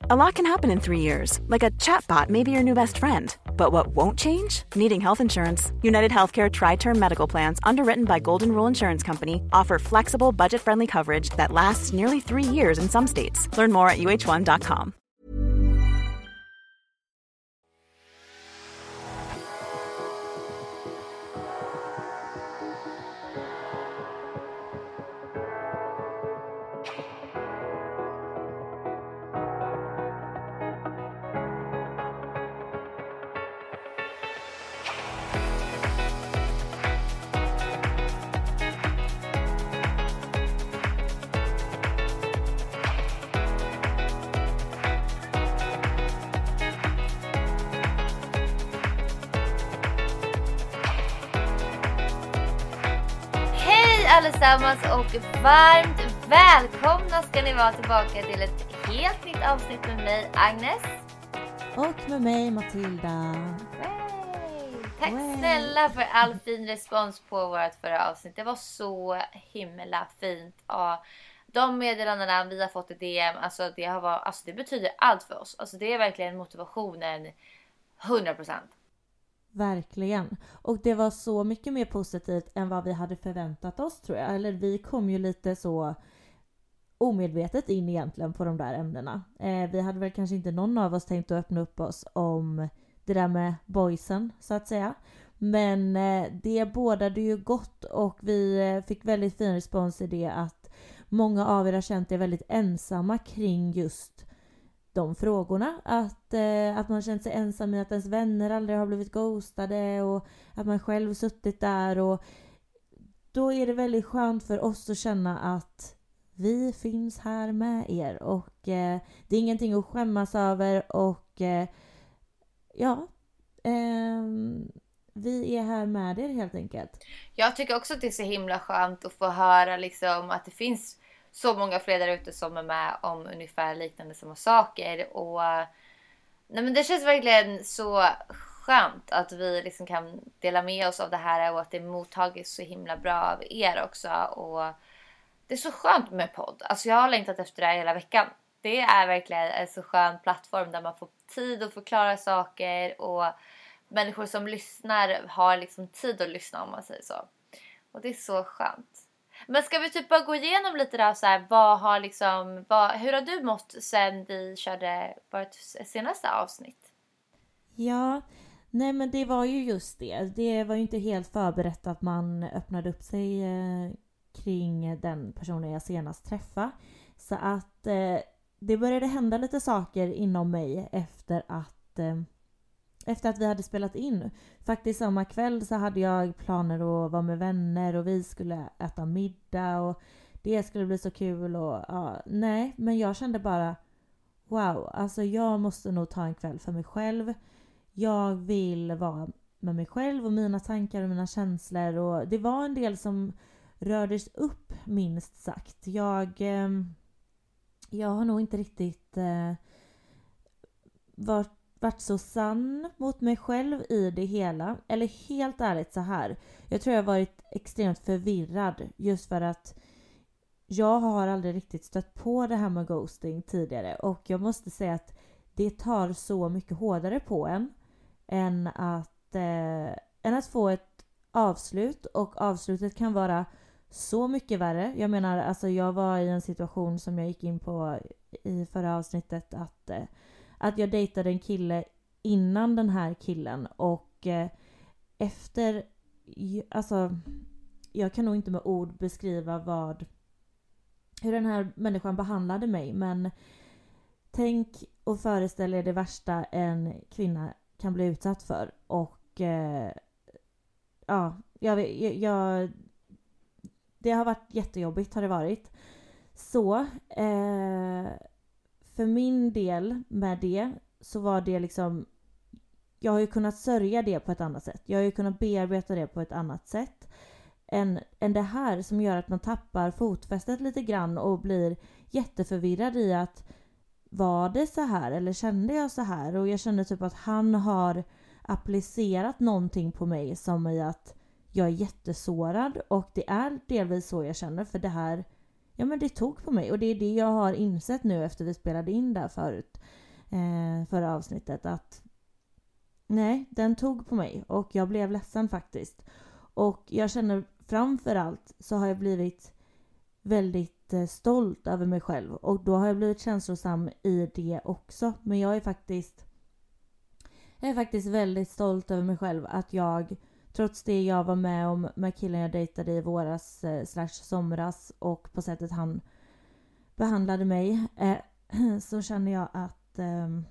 A lot can happen in 3 years, like a chatbot may be your new best friend. But what won't change? Needing health insurance. United Healthcare Tri-Term Medical Plans, underwritten by Golden Rule Insurance Company, offer flexible, budget-friendly coverage that lasts nearly 3 years in some states. Learn more at uh1.com. Allesammans och varmt välkomna ska ni vara tillbaka till ett helt nytt avsnitt med mig, Agnes. Och med mig, Matilda. Tack snälla för all fin respons på vårt förra avsnitt. Det var så himla fint. Och de meddelandena vi har fått i DM, alltså det betyder allt för oss. Alltså det är verkligen motivationen 100%. Verkligen. Och det var så mycket mer positivt än vad vi hade förväntat oss, tror jag. Eller vi kom ju lite så omedvetet in egentligen på de där ämnena. Vi hade väl kanske inte någon av oss tänkt att öppna upp oss om det där med boysen, så att säga. Men det bådade ju gott och vi fick väldigt fin respons i det att många av er har känt er väldigt ensamma kring just de frågorna. Att man känt sig ensam i att ens vänner aldrig har blivit ghostade och att man själv suttit där, och då är det väldigt skönt för oss att känna att vi finns här med er och det är ingenting att skämmas över och vi är här med er helt enkelt. Jag tycker också att det är så himla skönt att få höra liksom att det finns så många fler där ute som är med om ungefär liknande samma saker. Och nej, men det känns verkligen så skönt att vi liksom kan dela med oss av det här och att det mottagits så himla bra av er också. Och det är så skönt med podd. Alltså jag har längtat efter det här hela veckan. Det är verkligen en så skön plattform där man får tid att förklara saker och människor som lyssnar har liksom tid att lyssna, om man säger så. Och det är så skönt. Men ska vi typ bara gå igenom lite där så här, hur har du mått sen vi körde vårt senaste avsnitt? Ja, nej men det var ju just det. Det var ju inte helt förberett att man öppnade upp sig kring den personen jag senast träffade. Så att det började hända lite saker inom mig efter att vi hade spelat in. Faktiskt samma kväll så hade jag planer att vara med vänner och vi skulle äta middag och det skulle bli så kul och nej, men jag kände bara wow, alltså jag måste nog ta en kväll för mig själv. Jag vill vara med mig själv och mina tankar och mina känslor, och det var en del som rördes upp minst sagt. Jag har nog inte riktigt varit så sann mot mig själv i det hela. Eller helt ärligt så här. Jag tror jag har varit extremt förvirrad just för att jag har aldrig riktigt stött på det här med ghosting tidigare. Och jag måste säga att det tar så mycket hårdare på en än att få ett avslut. Och avslutet kan vara så mycket värre. Jag menar, alltså jag var i en situation som jag gick in på i förra avsnittet att jag dejtade en kille innan den här killen och efter, alltså jag kan nog inte med ord beskriva hur den här människan behandlade mig, men tänk och föreställ er det värsta en kvinna kan bli utsatt för, och det har varit jättejobbigt, har det varit. Så för min del med det så var det liksom, jag har ju kunnat sörja det på ett annat sätt. Jag har ju kunnat bearbeta det på ett annat sätt än det här som gör att man tappar fotfästet lite grann och blir jätteförvirrad i att var det så här eller kände jag så här? Och jag kände typ att han har applicerat någonting på mig som i att jag är jättesårad, och det är delvis så jag känner, för det här, ja men det tog på mig. Och det är det jag har insett nu efter vi spelade in där förut. Förra avsnittet. Att nej, den tog på mig. Och jag blev ledsen faktiskt. Och jag känner framförallt så har jag blivit väldigt stolt över mig själv. Och då har jag blivit känslosam i det också. Men jag är faktiskt väldigt stolt över mig själv. Att jag, trots det jag var med om med killen jag dejtade i våras / somras. Och på sättet han behandlade mig. Så känner jag att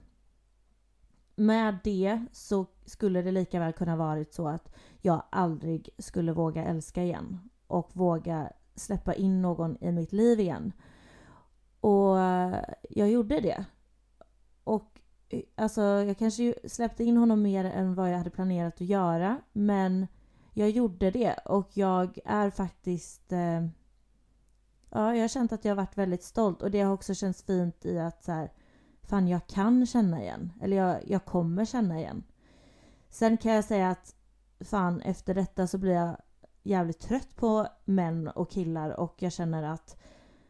med det så skulle det lika väl kunna varit så att jag aldrig skulle våga älska igen. Och våga släppa in någon i mitt liv igen. Och jag gjorde det. Och alltså jag kanske ju släppte in honom mer än vad jag hade planerat att göra. Men jag gjorde det. Och jag är faktiskt ja, jag har känt att jag har varit väldigt stolt. Och det har också känts fint i att så här, fan jag kan känna igen. Eller jag kommer känna igen. Sen kan jag säga att fan efter detta så blir jag jävligt trött på män och killar. Och jag känner att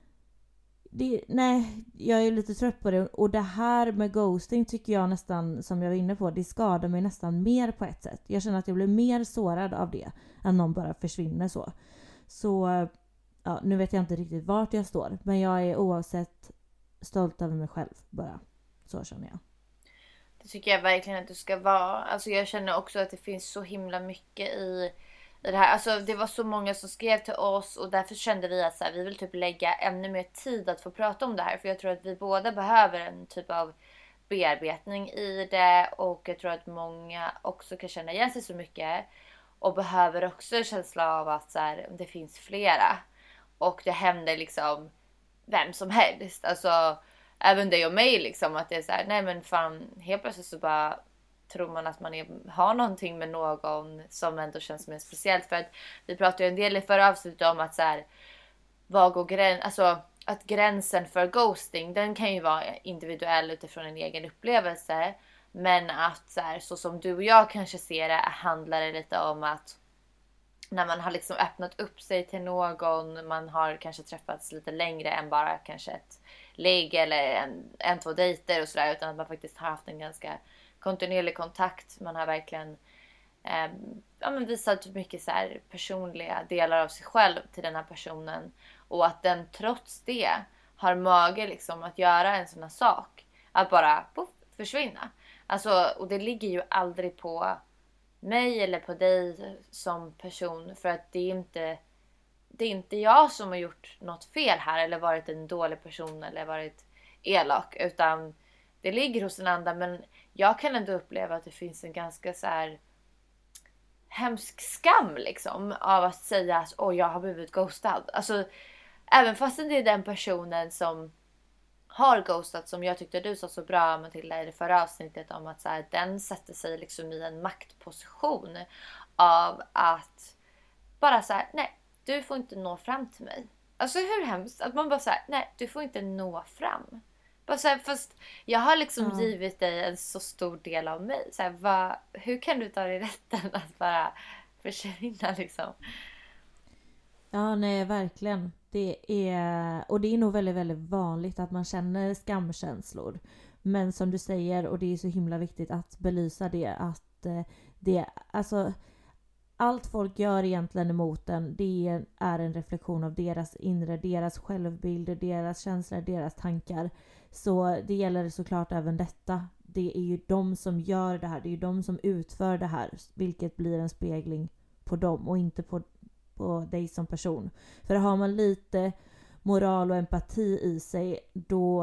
jag är lite trött på det. Och det här med ghosting tycker jag nästan, som jag var inne på, det skadar mig nästan mer på ett sätt. Jag känner att jag blir mer sårad av det än någon bara försvinner så. Så ja, nu vet jag inte riktigt vart jag står. Men jag är oavsett stolt över mig själv bara. Så känner jag. Det tycker jag verkligen att du ska vara. Alltså jag känner också att det finns så himla mycket i det här. Alltså det var så många som skrev till oss. Och därför kände vi att så här, vi vill typ lägga ännu mer tid att få prata om det här. För jag tror att vi båda behöver en typ av bearbetning i det. Och jag tror att många också kan känna igen sig så mycket. Och behöver också en känsla av att så här, det finns flera. Och det händer liksom vem som helst. Alltså även dig och mig liksom. Att det är så här, nej men fan, helt plötsligt så bara tror man att man har någonting med någon som ändå känns mer speciellt. För att vi pratade ju en del i förra avsnittet om att så här, vad går alltså att gränsen för ghosting, den kan ju vara individuell utifrån en egen upplevelse. Men att så här, så som du och jag kanske ser det, handlar det lite om att när man har liksom öppnat upp sig till någon, man har kanske träffats lite längre än bara kanske ett ligg eller en två dejter och sådär, utan att man faktiskt har haft en ganska kontinuerlig kontakt. Man har verkligen visat mycket så här personliga delar av sig själv till den här personen, och att den trots det har mage liksom att göra en sån här sak, att bara försvinna. Alltså, och det ligger ju aldrig på mig eller på dig som person, för att det är inte jag som har gjort något fel här eller varit en dålig person eller varit elak, utan det ligger hos en annan. Men jag kan ändå uppleva att det finns en ganska så här hemsk skam liksom av att säga att jag har blivit ghostad. Alltså även fast det är den personen som har ghostat, som jag tyckte du sa så bra Matilda i det förra avsnittet om att så här, den sätter sig liksom i en maktposition av att bara så här, nej, du får inte nå fram till mig. Alltså hur hemskt att man bara så här, nej, du får inte nå fram. Bara så här, fast jag har liksom givit dig en så stor del av mig. Så här, hur kan du ta dig rätten att bara försvinna liksom? Ja, nej, verkligen. Det är nog väldigt, väldigt vanligt att man känner skamkänslor. Men som du säger, och det är så himla viktigt att belysa det, att alltså allt folk gör egentligen emot en, det är en reflektion av deras inre, deras självbild, deras känslor, deras tankar. Så det gäller såklart även detta. Det är ju de som gör det här, det är ju de som utför det här, vilket blir en spegling på dem och inte på dig som person. För har man lite moral och empati i sig, då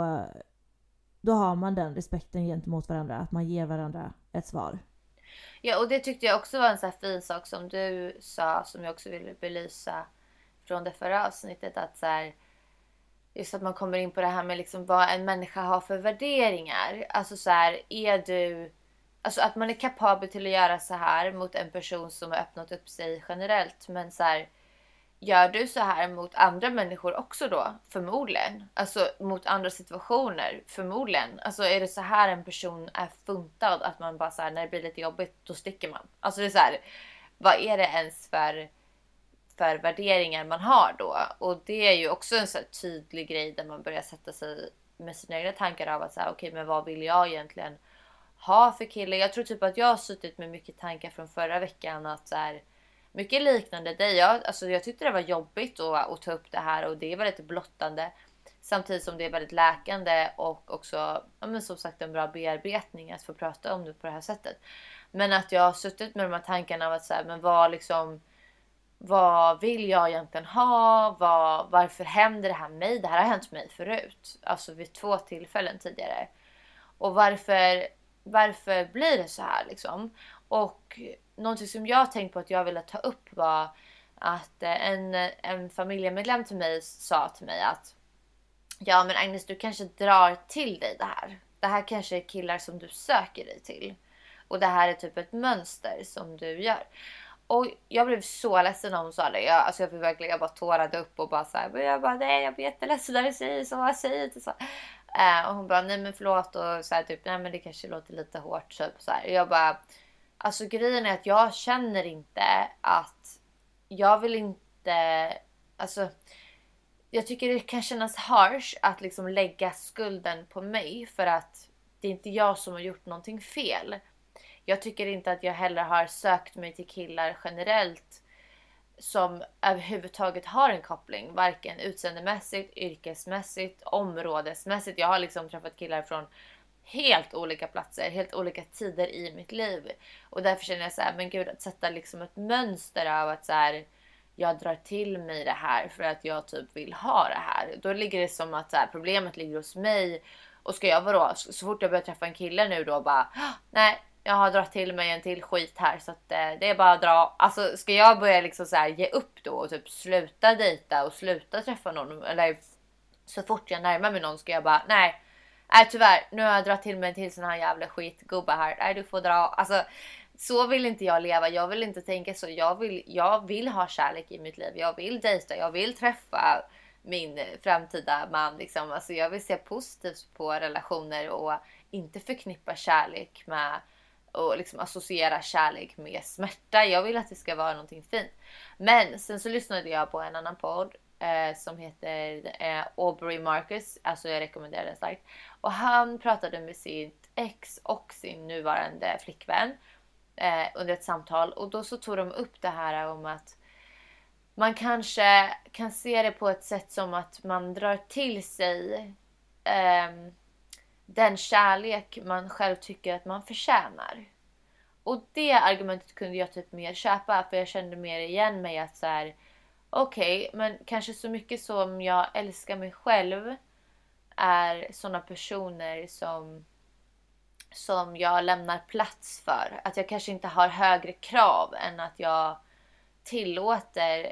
har man den respekten gentemot varandra, att man ger varandra ett svar. Ja, och det tyckte jag också var en så här fin sak som du sa, som jag också ville belysa från det förra avsnittet, att så här, just att man kommer in på det här med liksom vad en människa har för värderingar. Alltså så här, alltså att man är kapabel till att göra så här mot en person som har öppnat upp sig generellt. Men så här, gör du så här mot andra människor också då? Förmodligen. Alltså mot andra situationer? Förmodligen. Alltså är det så här en person är funtad, att man bara så här, när det blir lite jobbigt, då sticker man. Alltså det är så här, vad är det ens för värderingar man har då. Och det är ju också en så här tydlig grej där man börjar sätta sig med sina egna tankar av att säga okej, men vad vill jag egentligen ha för kille? Jag tror typ att jag har suttit med mycket tankar från förra veckan att så här, mycket liknande dig. Jag tyckte det var jobbigt att ta upp det här och det är väldigt blottande. Samtidigt som det är väldigt läkande och också, ja, men som sagt, en bra bearbetning att få prata om det på det här sättet. Men att jag har suttit med de här tankarna av att så här, men vad vill jag egentligen ha? Varför händer det här med mig? Det här har hänt mig förut. Alltså vid 2 tillfällen tidigare. Och varför blir det så här liksom? Och någonting som jag har tänkt på att jag ville ta upp var att en familjemedlem till mig sa till mig att ja, men Agnes, du kanske drar till dig det här. Det här kanske är killar som du söker dig till. Och det här är typ ett mönster som du gör. Och jag blev så ledsen när hon sa det. Jag bara tårade upp och bara så här. Nej, jag blir jätteledsen när du säger så. Jag säger inte så. Och hon bara, nej men förlåt. Och så här, typ, nej men det kanske låter lite hårt. Typ, så här. Jag bara, alltså grejen är att jag känner inte att jag vill inte, alltså jag tycker det kan kännas harsh att liksom lägga skulden på mig för att det är inte jag som har gjort någonting fel. Jag tycker inte att jag heller har sökt mig till killar generellt som överhuvudtaget har en koppling, varken utseendemässigt, yrkesmässigt, områdesmässigt. Jag har liksom träffat killar från helt olika platser, helt olika tider i mitt liv. Och därför känner jag så här, men gud, att sätta liksom ett mönster av att så här, jag drar till mig det här för att jag typ vill ha det här. Då ligger det som att så här, problemet ligger hos mig. Och ska jag vara så fort jag börjar träffa en kille nu då bara, nej, jag har dragit till mig en till skit här så att det är bara att dra. Alltså ska jag börja liksom så här ge upp då och typ sluta dejta och sluta träffa någon, eller så fort jag närmar mig någon ska jag bara, nej tyvärr, nu har jag dragit till mig en till sån här jävla skitgubba här. Nej, du får dra. Alltså så vill inte jag leva. Jag vill inte tänka så. Jag vill ha kärlek i mitt liv. Jag vill dejta. Jag vill träffa min framtida man. Liksom. Alltså, jag vill se positivt på relationer och inte förknippa kärlek med och liksom associera kärlek med smärta. Jag vill att det ska vara någonting fint. Men sen så lyssnade jag på en annan podd som heter Aubrey Marcus. Alltså jag rekommenderar den starkt. Och han pratade med sitt ex och sin nuvarande flickvän under ett samtal. Och då så tog de upp det här om att man kanske kan se det på ett sätt som att man drar till sig den kärlek man själv tycker att man förtjänar. Och det argumentet kunde jag typ mer köpa, för jag kände mer igen mig att så här, okej, men kanske så mycket som jag älskar mig själv är såna personer som jag lämnar plats för. Att jag kanske inte har högre krav än att jag tillåter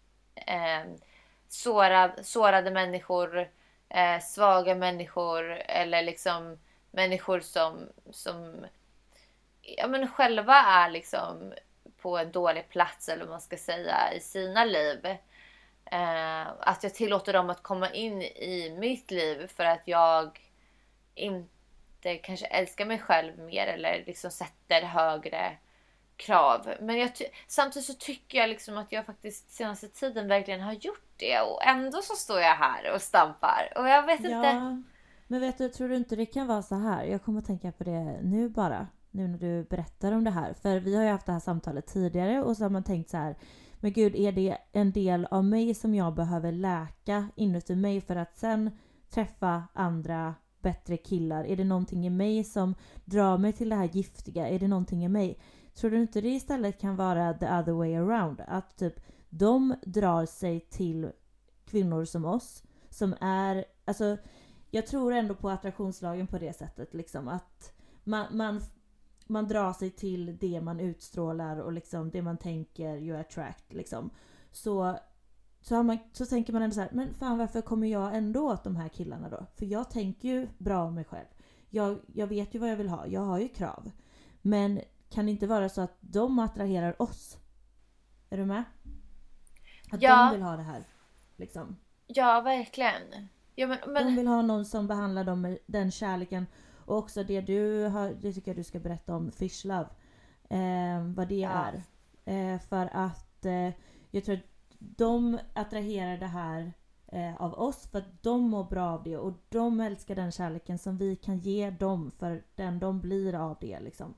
sårade människor, svaga människor eller liksom människor som ja, men själva är liksom på en dålig plats eller vad man ska säga i sina liv. Att jag tillåter dem att komma in i mitt liv för att jag inte kanske älskar mig själv mer eller liksom sätter högre krav. Men samtidigt så tycker jag liksom att jag faktiskt senaste tiden verkligen har gjort det och ändå så står jag här och stampar och jag vet inte. Men vet du, tror du inte det kan vara så här? Jag kommer att tänka på det nu när du berättar om det här. För vi har ju haft det här samtalet tidigare och så har man tänkt så här, men gud, är det en del av mig som jag behöver läka inuti mig för att sen träffa andra bättre killar? Är det någonting i mig som drar mig till det här giftiga? Är det någonting i mig? Tror du inte det istället kan vara the other way around? Att typ de drar sig till kvinnor som oss som är, alltså jag tror ändå på attraktionslagen på det sättet liksom, att man drar sig till det man utstrålar och liksom det man tänker you attract liksom. Så tänker man ändå så här, men fan, varför kommer jag ändå åt de här killarna då? För jag tänker ju bra om mig själv. Jag vet ju vad jag vill ha. Jag har ju krav. Men kan det inte vara så att de attraherar oss? Är du med? Att de vill ha det här liksom. Ja, verkligen. Ja, men... De vill ha någon som behandlar dem med den kärleken. Och också det det tycker jag du ska berätta om Fish Love. Vad det är. För att jag tror att de attraherar det här av oss för att de mår bra av det och de älskar den kärleken som vi kan ge dem för den de blir av det liksom.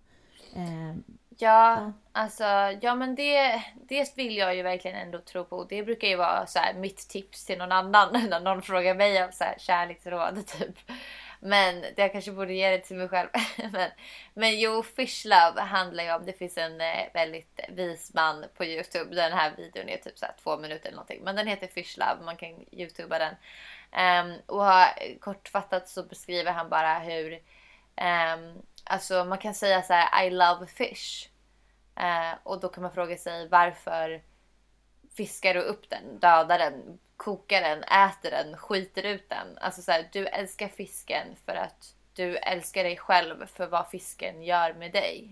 Ja, alltså, ja men det vill jag ju verkligen ändå tro på. Det brukar ju vara så här mitt tips till någon annan när någon frågar mig om så här kärleksråd typ. Men jag kanske borde ge det till mig själv. men jo, Fish Love handlar ju om, det finns en väldigt vis man på YouTube. Den här videon är typ så här 2 minuter eller någonting. Men den heter Fish Love, man kan YouTubea den. Och kortfattat så beskriver han bara hur alltså man kan säga så här: I love fish. Och då kan man fråga sig, varför fiskar du upp den, dödar den, kokar den, äter den, skiter ut den? Alltså så här, du älskar fisken för att du älskar dig själv för vad fisken gör med dig.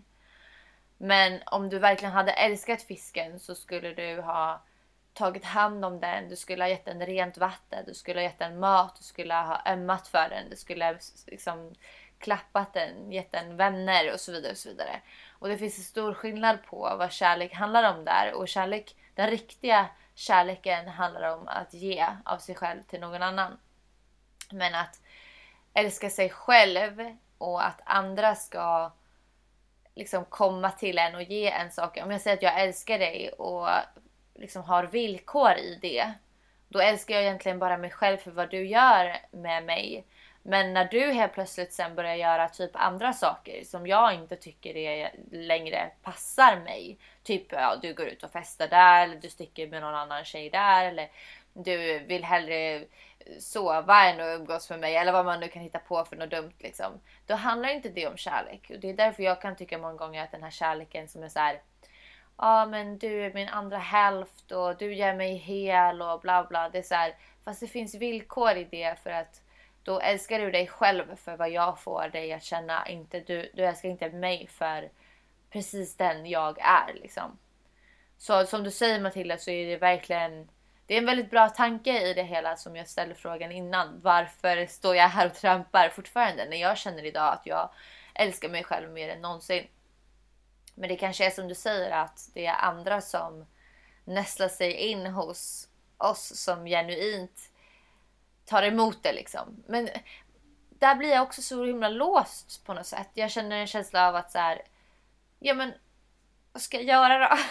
Men om du verkligen hade älskat fisken så skulle du ha tagit hand om den, du skulle ha gett den rent vatten, du skulle ha gett den mat, du skulle ha ömmat för den, du skulle ha liksom klappat den, gett den vänner och så vidare och så vidare. Och det finns en stor skillnad på vad kärlek handlar om där. Och kärlek, den riktiga kärleken handlar om att ge av sig själv till någon annan. Men att älska sig själv och att andra ska liksom komma till en och ge en sak. Om jag säger att jag älskar dig och liksom har villkor i det, då älskar jag egentligen bara mig själv för vad du gör med mig. Men när du helt plötsligt sen börjar göra typ andra saker som jag inte tycker är längre passar mig. Typ ja, du går ut och festar där, eller du sticker med någon annan tjej där, eller du vill hellre sova än att umgås med mig, eller vad man nu kan hitta på för något dumt liksom. Då handlar inte det om kärlek. Och det är därför jag kan tycka många gånger att den här kärleken som är så här: ja men du är min andra hälft och du gör mig hel och bla bla. Det är så här, fast det finns villkor i det, för att då älskar du dig själv för vad jag får dig att känna. Inte du älskar inte mig för precis den jag är liksom. Så som du säger Matilda, så är det verkligen, det är en väldigt bra tanke i det hela, som jag ställde frågan innan. Varför står jag här och trampar fortfarande när jag känner idag att jag älskar mig själv mer än någonsin? Men det kanske är som du säger, att det är andra som nästlar sig in hos oss som genuint tar emot det liksom. Men där blir jag också så himla låst på något sätt. Jag känner en känsla av att så här, ja men vad ska jag göra då?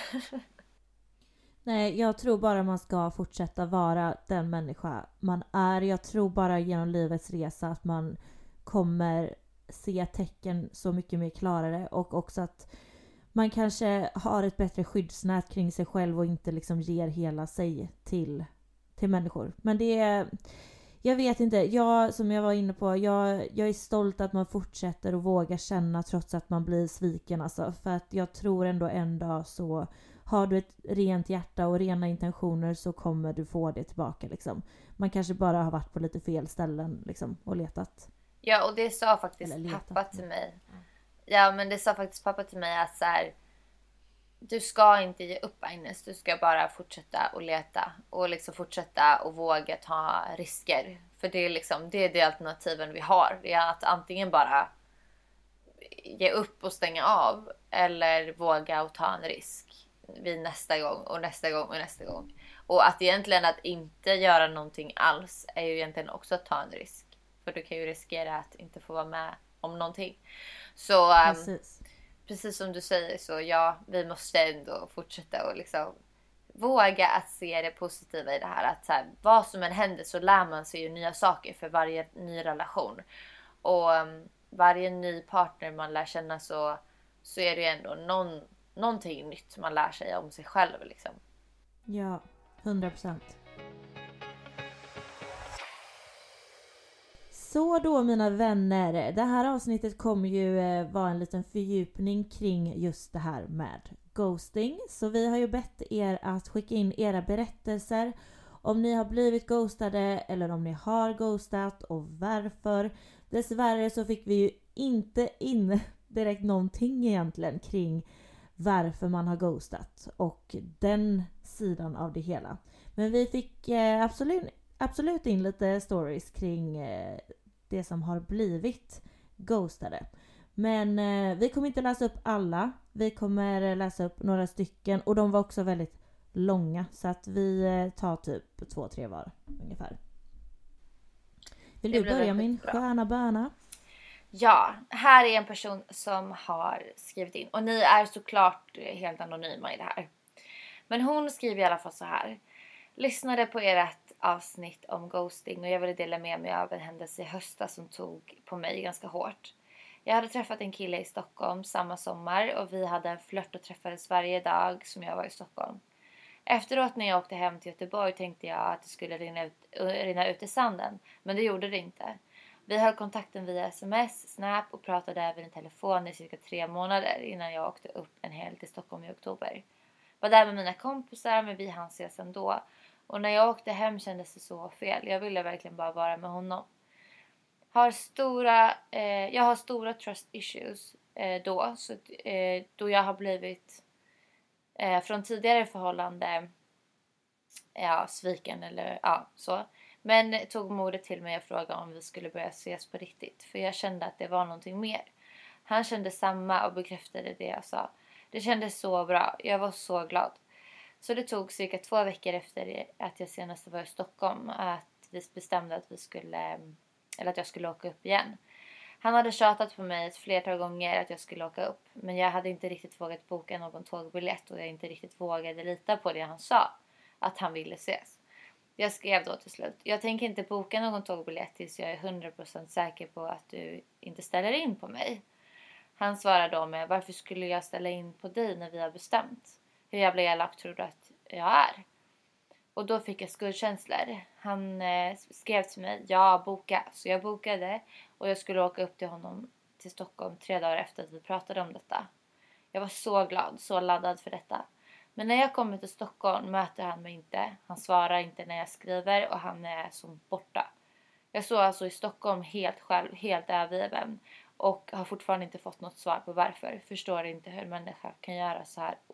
Nej, jag tror bara man ska fortsätta vara den människa man är. Jag tror bara genom livets resa att man kommer se tecken så mycket mer klarare, och också att man kanske har ett bättre skyddsnät kring sig själv och inte liksom ger hela sig till människor. Men det är, jag vet inte, som jag var inne på, jag är stolt att man fortsätter och vågar känna trots att man blir sviken alltså. För att jag tror ändå en dag så har du ett rent hjärta och rena intentioner, så kommer du få det tillbaka liksom. Man kanske bara har varit på lite fel ställen liksom och letat. Ja, och det sa faktiskt pappa till mig. Ja, men det sa faktiskt pappa till mig att så här, du ska inte ge upp Agnes, du ska bara fortsätta och leta och liksom fortsätta och våga ta risker. För det är liksom, det är det alternativen vi har. Det är att antingen bara ge upp och stänga av, eller våga och ta en risk vid nästa gång och nästa gång och nästa gång. Och att egentligen att inte göra någonting alls är ju egentligen också att ta en risk. För du kan ju riskera att inte få vara med om någonting. Så precis som du säger, så ja, vi måste ändå fortsätta och liksom våga att se det positiva i det här. Att så här, vad som än händer så lär man sig ju nya saker för varje ny relation. Och varje ny partner man lär känna, så är det ju ändå någonting nytt man lär sig om sig själv liksom. Ja, 100%. Så då mina vänner, det här avsnittet kommer ju vara en liten fördjupning kring just det här med ghosting. Så vi har ju bett er att skicka in era berättelser om ni har blivit ghostade eller om ni har ghostat och varför. Dessvärre så fick vi ju inte in direkt någonting egentligen kring varför man har ghostat och den sidan av det hela. Men vi fick absolut in lite stories kring det som har blivit ghostade. Men vi kommer inte läsa upp alla. Vi kommer läsa upp några stycken, och de var också väldigt långa. Så att vi tar typ 2-3 var ungefär. Vill du börja min sköna böna? Ja, här är en person som har skrivit in. Och ni är såklart helt anonyma i det här. Men hon skriver i alla fall så här. Lyssnade på ert avsnitt om ghosting och jag ville dela med mig av en händelse i höstas som tog på mig ganska hårt. Jag hade träffat en kille i Stockholm samma sommar och vi hade en flört och träffades varje dag som jag var i Stockholm. Efteråt när jag åkte hem till Göteborg tänkte jag att det skulle rinna ut i sanden, men det gjorde det inte. Vi höll kontakten via sms, snap och pratade även i telefon i cirka 3 månader innan jag åkte upp en helg till Stockholm i oktober. Var där med mina kompisar men vi hann ses ändå. Och när jag åkte hem kändes det så fel. Jag ville verkligen bara vara med honom. Jag har stora trust issues då. Så, då jag har blivit från tidigare förhållande sviken eller så. Men tog modet till mig och frågade om vi skulle börja ses på riktigt. För jag kände att det var någonting mer. Han kände samma och bekräftade det jag sa. Det kändes så bra. Jag var så glad. Så det tog cirka 2 veckor efter att jag senast var i Stockholm att vi bestämde att att jag skulle åka upp igen. Han hade tjatat på mig ett flertal gånger att jag skulle åka upp. Men jag hade inte riktigt vågat boka någon tågbiljett och jag inte riktigt vågade lita på det han sa. Att han ville ses. Jag skrev då till slut. Jag tänker inte boka någon tågbiljett tills jag är 100% säker på att du inte ställer in på mig. Han svarade då med: varför skulle jag ställa in på dig när vi har bestämt? Hur jävla elak tror du att jag är? Och då fick jag skuldkänslor. Han skrev till mig: ja, boka. Så jag bokade och jag skulle åka upp till honom till Stockholm 3 dagar efter att vi pratade om detta. Jag var så glad, så laddad för detta. Men när jag kommer till Stockholm möter han mig inte. Han svarar inte när jag skriver och han är som borta. Jag står alltså i Stockholm helt själv, helt övergiven. Och har fortfarande inte fått något svar på varför. Förstår inte hur en människa kan göra så här.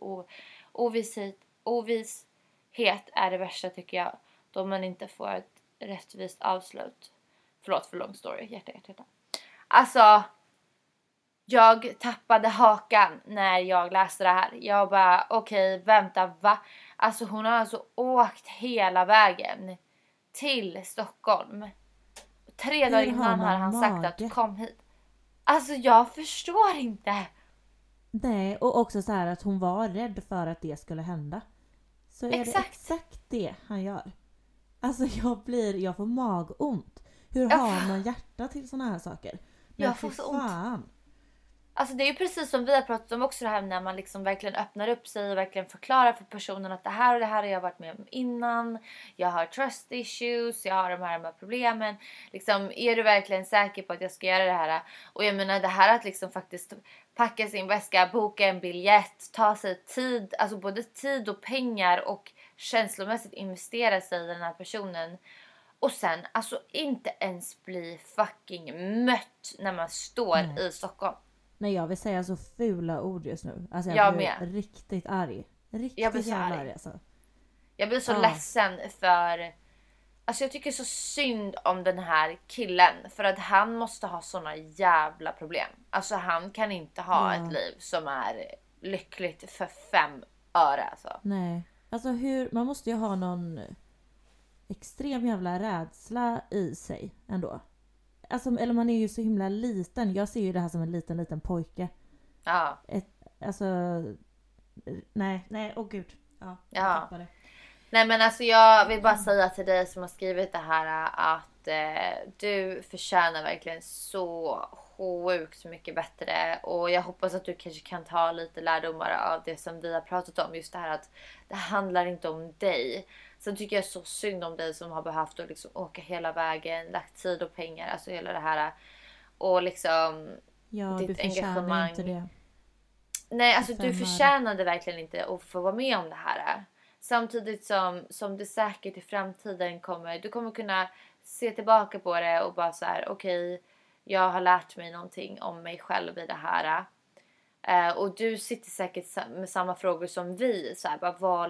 Ovishet är det värsta tycker jag. Då man inte får ett rättvist avslut. Förlåt för lång story. Hjärta. Alltså, jag tappade hakan när jag läste det här. Jag bara, okej, vänta, va? Alltså hon har alltså åkt hela vägen till Stockholm. 3 dagar innan har han sagt att kom hit. Alltså jag förstår inte. Nej, och också så här att hon var rädd för att det skulle hända. Så är det exakt det han gör. Alltså jag får magont. Hur har man hjärta till såna här saker? Men jag får så ont. Alltså det är ju precis som vi har pratat om också det här när man liksom verkligen öppnar upp sig och verkligen förklarar för personen att det här och det här har jag varit med om innan. Jag har trust issues, jag har de här problemen. Liksom, är du verkligen säker på att jag ska göra det här? Och jag menar det här att liksom faktiskt packa sin väska, boka en biljett, ta sig tid, alltså både tid och pengar och känslomässigt investera sig i den här personen. Och sen alltså inte ens bli fucking mött när man står i Stockholm. Nej, jag vill säga så fula ord just nu. Alltså jag blir riktigt arg. Jag blir så arg. Alltså. Jag blir så ledsen för... Alltså jag tycker så synd om den här killen. För att han måste ha såna jävla problem. Alltså han kan inte ha ett liv som är lyckligt för 5 öre. Alltså. Nej. Alltså man måste ju ha någon extrem jävla rädsla i sig ändå. Alltså, eller man är ju så himla liten. Jag ser ju det här som en liten pojke. Ja. Nej, åh gud. Ja. Nej men alltså jag vill bara säga till dig som har skrivit det här att du förtjänar verkligen så sjukt mycket bättre. Och jag hoppas att du kanske kan ta lite lärdomar av det som vi har pratat om. Just det här att det handlar inte om dig. Sen tycker jag så synd om dig som har behövt att liksom åka hela vägen, lagt tid och pengar, alltså hela det här. Och liksom ditt engagemang. Inte det. Nej, alltså du förtjänade verkligen inte att få vara med om det här. Samtidigt som det säkert i framtiden du kommer kunna se tillbaka på det och bara så här: okej, jag har lärt mig någonting om mig själv i det här. Och du sitter säkert med samma frågor som vi. Så här, bara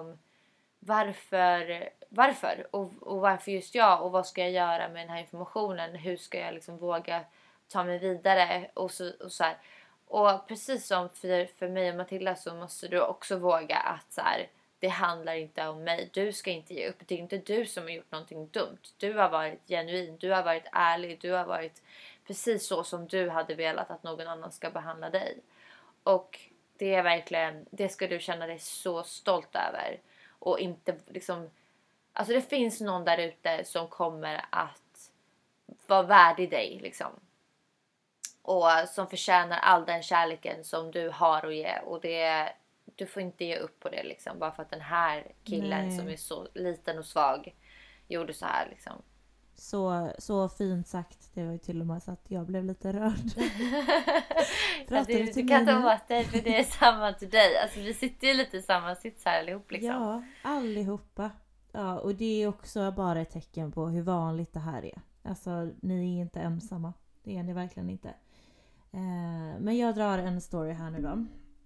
varför? Och varför just jag? Och vad ska jag göra med den här informationen? Hur ska jag liksom våga ta mig vidare? Och så här. Och precis som för mig och Matilda så måste du också våga att så här, det handlar inte om mig. Du ska inte ge upp. Det är inte du som har gjort någonting dumt. Du har varit genuin. Du har varit ärlig. Du har varit precis så som du hade velat att någon annan ska behandla dig. Och det är verkligen, det ska du känna dig så stolt över. Och inte liksom, alltså det finns någon där ute som kommer att vara värdig dig liksom. Och som förtjänar all den kärleken som du har att ge. Och det, du får inte ge upp på det liksom. Bara för att den här killen som är så liten och svag gjorde så här liksom. Så fint sagt. Det var ju till och med så att jag blev lite rörd. Du kan ta åt dig, för det är samma till dig. Alltså vi sitter ju lite i samma sits här allihop liksom. Ja, allihopa. Ja, och det är också bara ett tecken på hur vanligt det här är. Alltså ni är inte ensamma. Det är ni verkligen inte. Men jag drar en story här nu då.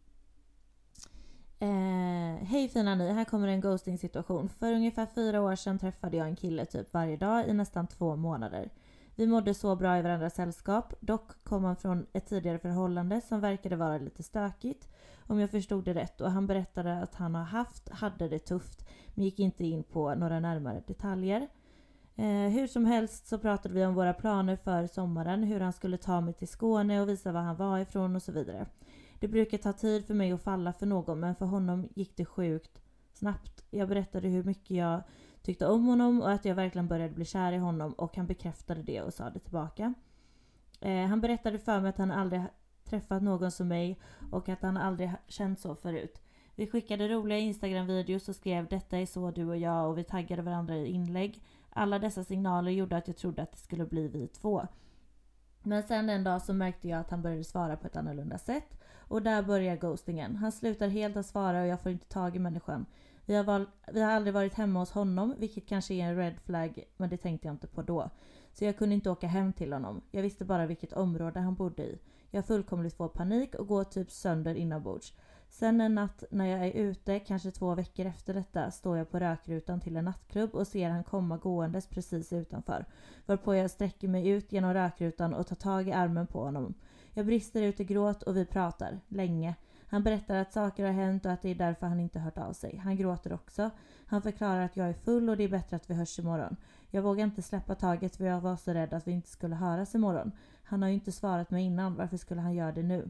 Hej fina ni, här kommer en ghosting situation. För ungefär 4 år sedan träffade jag en kille typ varje dag i nästan 2 månader. Vi mådde så bra i varandras sällskap. Dock kom han från ett tidigare förhållande som verkade vara lite stökigt, om jag förstod det rätt. Och han berättade att han hade det tufft, men gick inte in på några närmare detaljer. Hur som helst så pratade vi om våra planer för sommaren, hur han skulle ta mig till Skåne och visa var han var ifrån och så vidare. Det brukar ta tid för mig att falla för någon, men för honom gick det sjukt snabbt. Jag berättade hur mycket jag tyckte om honom och att jag verkligen började bli kär i honom, och han bekräftade det och sa det tillbaka. Han berättade för mig att han aldrig träffat någon som mig och att han aldrig känt så förut. Vi skickade roliga Instagram-videos och skrev detta är så du och jag, och vi taggade varandra i inlägg. Alla dessa signaler gjorde att jag trodde att det skulle bli vi två. Men sen en dag så märkte jag att han började svara på ett annorlunda sätt. Och där börjar ghostingen. Han slutar helt att svara och jag får inte tag i människan. Vi har aldrig varit hemma hos honom, vilket kanske är en red flag, men det tänkte jag inte på då. Så jag kunde inte åka hem till honom. Jag visste bara vilket område han bodde i. Jag fullkomligt får panik och går typ sönder inombords. Sen en natt när jag är ute, kanske 2 veckor efter detta, står jag på rökrutan till en nattklubb och ser han komma gåendes precis utanför. Varpå jag sträcker mig ut genom rökrutan och tar tag i armen på honom. Jag brister ut i gråt och vi pratar, länge. Han berättar att saker har hänt och att det är därför han inte hört av sig. Han gråter också. Han förklarar att jag är full och det är bättre att vi hörs imorgon. Jag vågar inte släppa taget för jag var så rädd att vi inte skulle höras imorgon. Han har ju inte svarat mig innan, varför skulle han göra det nu?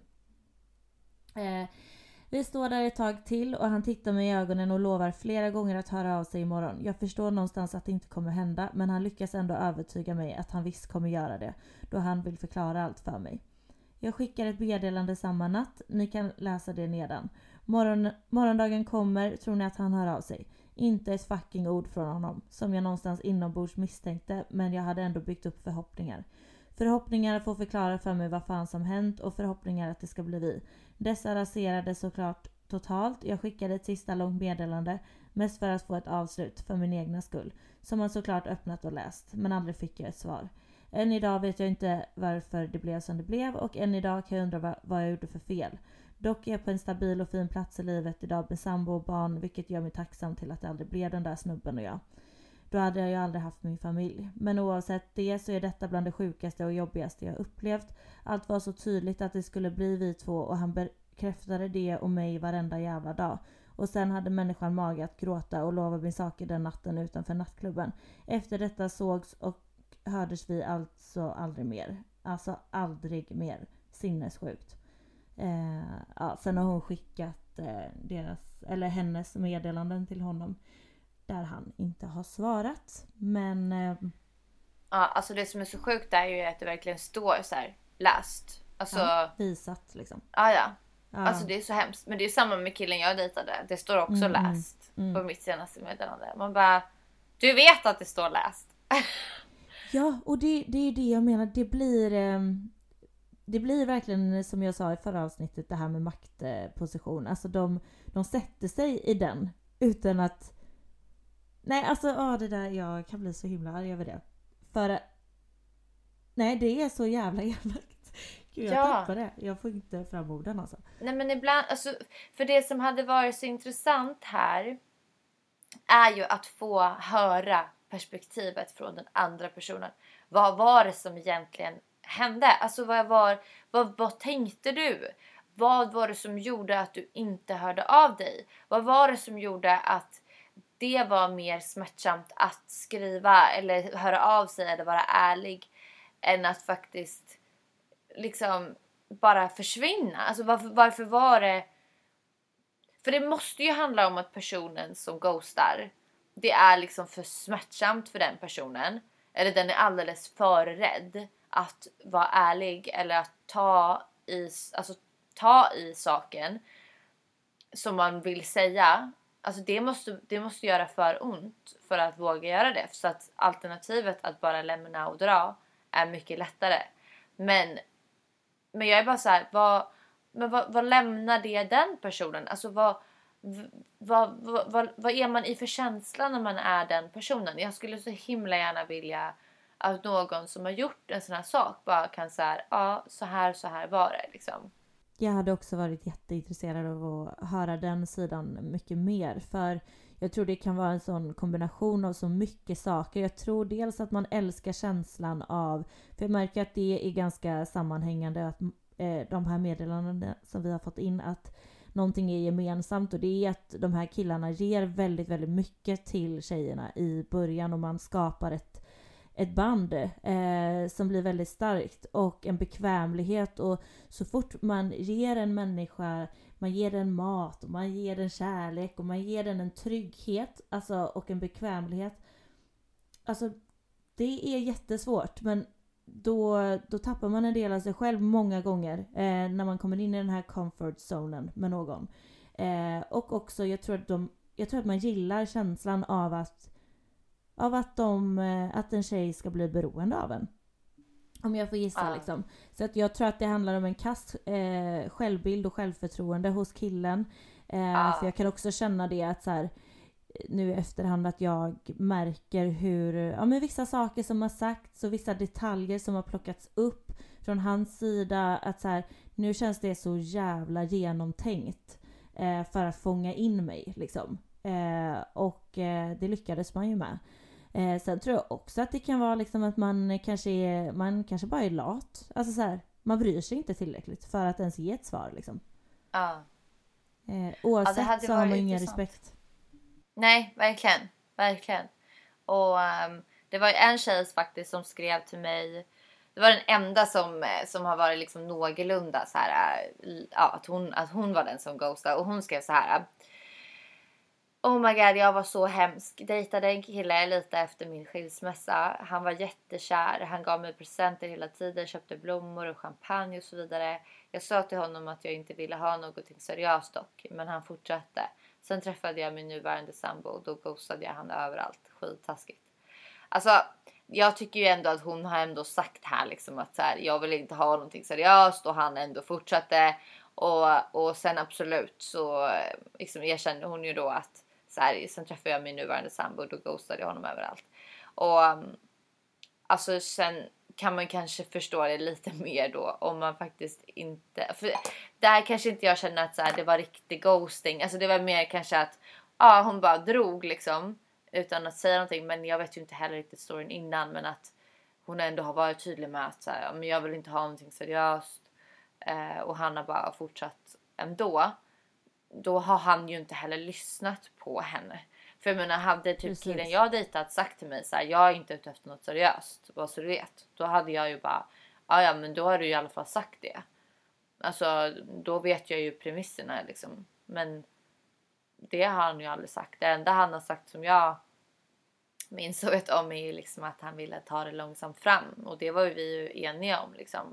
Vi står där ett tag till och han tittar mig i ögonen och lovar flera gånger att höra av sig imorgon. Jag förstår någonstans att det inte kommer hända, men han lyckas ändå övertyga mig att han visst kommer göra det, då han vill förklara allt för mig. Jag skickar ett meddelande samma natt, ni kan läsa det nedan. Morgondagen kommer, tror ni att han hör av sig? Inte ett fucking ord från honom, som jag någonstans inombords misstänkte, men jag hade ändå byggt upp förhoppningar. Förhoppningar får förklara för mig vad fan som hänt och förhoppningar att det ska bli vi. Dessa raserade såklart totalt. Jag skickade ett sista långt meddelande, mest för att få ett avslut för min egna skull, som han såklart öppnat och läst, men aldrig fick jag ett svar. Än idag vet jag inte varför det blev som det blev, och än idag kan jag undra vad jag gjorde för fel. Dock är jag på en stabil och fin plats i livet idag med sambo och barn, vilket gör mig tacksam till att det aldrig blev den där snubben och jag. Då hade jag ju aldrig haft min familj. Men oavsett det så är detta bland det sjukaste och jobbigaste jag upplevt. Allt var så tydligt att det skulle bli vi två och han bekräftade det och mig varenda jävla dag. Och sen hade människan mage att gråta och lova mig saker den natten utanför nattklubben. Efter detta sågs och hördes vi alltså aldrig mer. Alltså aldrig mer. Sinnessjukt. Sen har hon skickat hennes meddelanden till honom där han inte har svarat. Men ja, alltså det som är så sjukt är ju att det verkligen står så här läst. Alltså visat liksom. Ja. Alltså det är så hemskt. Men det är samma med killen jag dejtade. Det står också läst på mitt senaste meddelande. Man bara, du vet att det står läst. Ja, och det är det jag menar. Det blir verkligen, som jag sa i förra avsnittet, det här med maktposition. Alltså de sätter sig i den utan att... Nej, alltså det där, jag kan bli så himla arg över det. För nej, det är så jävla elakt. Gud, jag tappar det. Jag får inte fram orden alltså. Nej, men ibland, alltså, för det som hade varit så intressant här är ju att få höra perspektivet från den andra personen. Vad var det som egentligen hände? Alltså vad tänkte du? vad var det som gjorde att du inte hörde av dig? Vad var det som gjorde att det var mer smärtsamt att skriva eller höra av sig eller vara ärlig än att faktiskt liksom bara försvinna? Alltså varför var det... För det måste ju handla om att personen som ghostar, det är liksom för smärtsamt för den personen. Eller den är alldeles för rädd att vara ärlig eller att ta i saken som man vill säga. Alltså det måste göra för ont för att våga göra det. Så att alternativet att bara lämna och dra är mycket lättare. Men jag är bara så här, vad lämnar det den personen? Alltså vad är man i för känsla när man är den personen? Jag skulle så himla gärna vilja att någon som har gjort en sån här sak bara kan säga, ja, så här var det liksom. Jag hade också varit jätteintresserad av att höra den sidan mycket mer. För jag tror det kan vara en sån kombination av så mycket saker. Jag tror dels att man älskar känslan av... För jag märker att det är ganska sammanhängande att de här meddelandena som vi har fått in, att någonting är gemensamt. Och det är att de här killarna ger väldigt, väldigt mycket till tjejerna i början. Och man skapar ett band som blir väldigt starkt och en bekvämlighet, och så fort man ger en människa, man ger den mat och man ger den kärlek och man ger den en trygghet, alltså, och en bekvämlighet, alltså det är jättesvårt, men då tappar man en del av sig själv många gånger när man kommer in i den här comfort zonen med någon, och också jag tror att man gillar känslan av att en tjej ska bli beroende av en. Om jag får gissa liksom. Så att jag tror att det handlar om en kast självbild och självförtroende hos killen. För jag kan också känna det att så här, nu i efterhand att jag märker hur men vissa saker som har sagts och vissa detaljer som har plockats upp från hans sida, att så här, nu känns det så jävla genomtänkt för att fånga in mig liksom. Och det lyckades man ju med. Sen tror jag också att det kan vara liksom att man kanske bara är lat. Alltså så här, man bryr sig inte tillräckligt för att ens ge ett svar liksom. Ja. Oavsett så har man ingen respekt. Nej, verkligen. Och det var en tjej faktiskt som skrev till mig. Det var den enda som har varit liksom någorlunda så här, att hon var den som ghostade, och hon skrev så här: oh my god, jag var så hemsk. Dejtade en kille lite efter min skilsmässa. Han var jättekär. Han gav mig presenter hela tiden. Köpte blommor och champagne och så vidare. Jag sa till honom att jag inte ville ha någonting seriöst dock. Men han fortsatte. Sen träffade jag min nuvarande sambo. Och då ghostade jag han överallt. Skittaskigt. Alltså, jag tycker ju ändå att hon har ändå sagt här liksom att så här, jag vill inte ha någonting seriöst. Och han ändå fortsatte. Och sen absolut så liksom erkände hon ju då att så här, sen träffade jag min nuvarande sambo och då ghostade jag honom överallt. Och alltså sen kan man kanske förstå det lite mer då om man faktiskt inte... För där kanske inte jag känner att så här, det var riktig ghosting. Alltså det var mer kanske att hon bara drog liksom utan att säga någonting. Men jag vet ju inte heller riktigt storyn innan, men att hon ändå har varit tydlig med att så här, men jag vill inte ha någonting seriöst. Och han har bara fortsatt ändå. Då har han ju inte heller lyssnat på henne. För jag menar, hade typ killen jag dejtat sagt till mig så här, jag är inte ute efter något seriöst, vad så du vet. Då hade jag ju bara, ja men då har du i alla fall sagt det. Alltså då vet jag ju premisserna liksom. Men det har han ju aldrig sagt. Det enda han har sagt som jag minns och vet om är ju liksom att han ville ta det långsamt fram. Och det var ju vi ju eniga om liksom.